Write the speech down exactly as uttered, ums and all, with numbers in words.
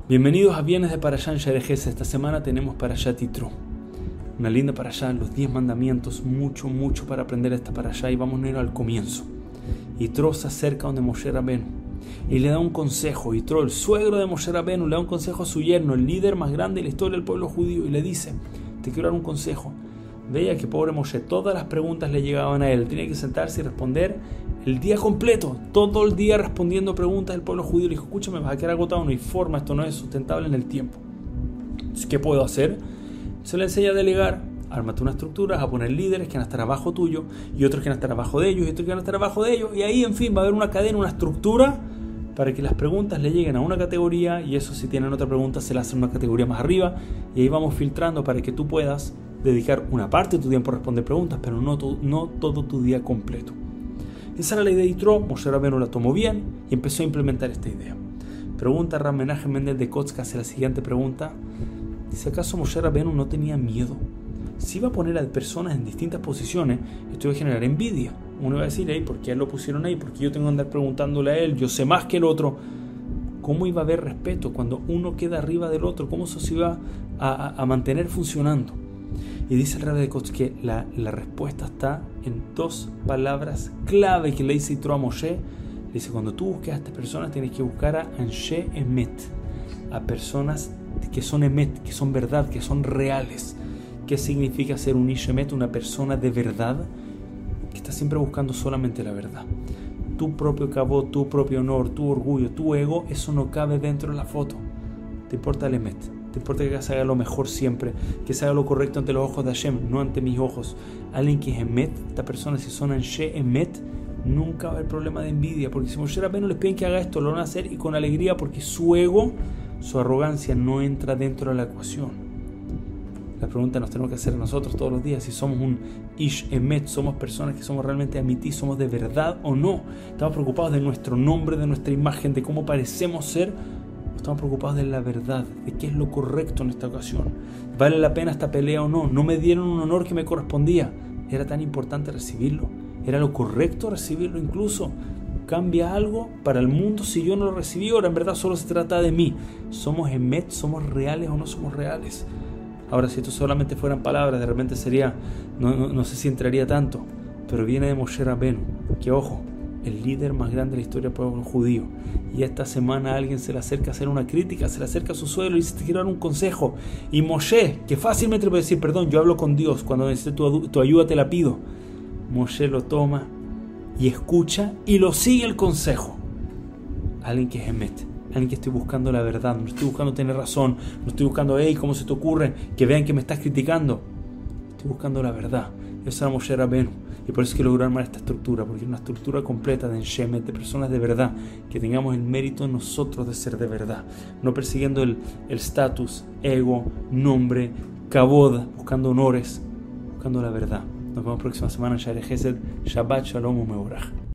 Bienvenidos a Viernes de Parashá en Shaarei Chesed. Esta semana tenemos Parashá Yitro, una linda Parashá, los diez mandamientos, mucho, mucho para aprender esta Parashá, y vamos a ir al comienzo. Yitro se acerca donde Moshe Rabenu y le da un consejo. Yitro, el suegro de Moshe Rabenu, le da un consejo a su yerno, el líder más grande de la historia del pueblo judío, y le dice: te quiero dar un consejo. Veía que pobre Moshe, todas las preguntas le llegaban a él, tenía que sentarse y responder el día completo, todo el día respondiendo preguntas del pueblo judío. Le dijo: escúchame, vas a quedar agotado, no hay forma, esto no es sustentable en el tiempo. Entonces, ¿qué puedo hacer? Se le enseña a delegar. Ármate una estructura, a poner líderes que van a estar abajo tuyo, y otros que van a estar abajo de ellos, y otros que van a estar abajo de ellos, y ahí, en fin, va a haber una cadena, una estructura para que las preguntas le lleguen a una categoría, y eso, si tienen otra pregunta, se la hacen una categoría más arriba, y ahí vamos filtrando para que tú puedas dedicar una parte de tu tiempo a responder preguntas, pero no, to- no todo tu día completo. Esa era la idea de Yitro. Moshe Rabenu la tomó bien y empezó a implementar esta idea. Pregunta Rab Menachem Mendel de Kotzk, hace la siguiente pregunta. Dice: ¿acaso Moshe Rabenu no tenía miedo? Si iba a poner a personas en distintas posiciones, esto iba a generar envidia. Uno iba a decir: hey, ¿por qué lo pusieron ahí? ¿Por qué yo tengo que andar preguntándole a él? Yo sé más que el otro. ¿Cómo iba a haber respeto cuando uno queda arriba del otro? ¿Cómo eso se iba a, a, a mantener funcionando? Y dice el Rabbi de Kotzk que la, la respuesta está en dos palabras clave que le dice Yitro a Moshe. Le dice: cuando tú busques a estas personas, tienes que buscar a Anshe Emet, a personas que son Emet, que son verdad, que son reales. ¿Qué significa ser un Ish Emet? Una persona de verdad que está siempre buscando solamente la verdad. Tu propio cabot, tu propio honor, tu orgullo, tu ego, eso no cabe dentro de la foto. Te importa el Emet. Te importa que se haga lo mejor siempre, que se haga lo correcto ante los ojos de Hashem, no ante mis ojos. Alguien que es Emet, esta persona, si son Anshe Emet, nunca va a haber problema de envidia, porque si Moshe Rabenu les piden que haga esto, lo van a hacer, y con alegría, porque su ego, su arrogancia no entra dentro de la ecuación. La pregunta nos tenemos que hacer nosotros todos los días: si somos un Ish Emet, somos personas que somos realmente amití, somos de verdad o no. Estamos preocupados de nuestro nombre, de nuestra imagen, de cómo parecemos ser. Estamos preocupados de la verdad, de qué es lo correcto en esta ocasión. ¿Vale la pena esta pelea o no? No me dieron un honor que me correspondía. ¿Era tan importante recibirlo? ¿Era lo correcto recibirlo incluso? ¿Cambia algo para el mundo si yo no lo recibí? Ahora en verdad solo se trata de mí. ¿Somos emet? ¿Somos reales o no somos reales? Ahora, si esto solamente fueran palabras, de repente sería, no, no, no sé si entraría tanto, pero viene de Moshe Rabenu, que ojo, el líder más grande de la historia del pueblo judío, y esta semana alguien se le acerca a hacer una crítica, se le acerca a su suegro y dice: te quiero dar un consejo. Y Moshe, que fácilmente le puede decir: perdón, yo hablo con Dios, cuando necesite tu, tu ayuda te la pido. Moshe lo toma y escucha y lo sigue el consejo. Alguien que es Emet, alguien que estoy buscando la verdad, no estoy buscando tener razón, no estoy buscando: hey, ¿cómo se te ocurre que vean que me estás criticando? Estoy buscando la verdad. Eso era Moshe Rabenu. Y por eso es que logró armar esta estructura, porque es una estructura completa de Shemet, de personas de verdad, que tengamos el mérito nosotros de ser de verdad, no persiguiendo el estatus, ego, nombre, kabod, buscando honores, buscando la verdad. Nos vemos próxima semana en Shaarei Chesed. Shabbat Shalom Umevorach.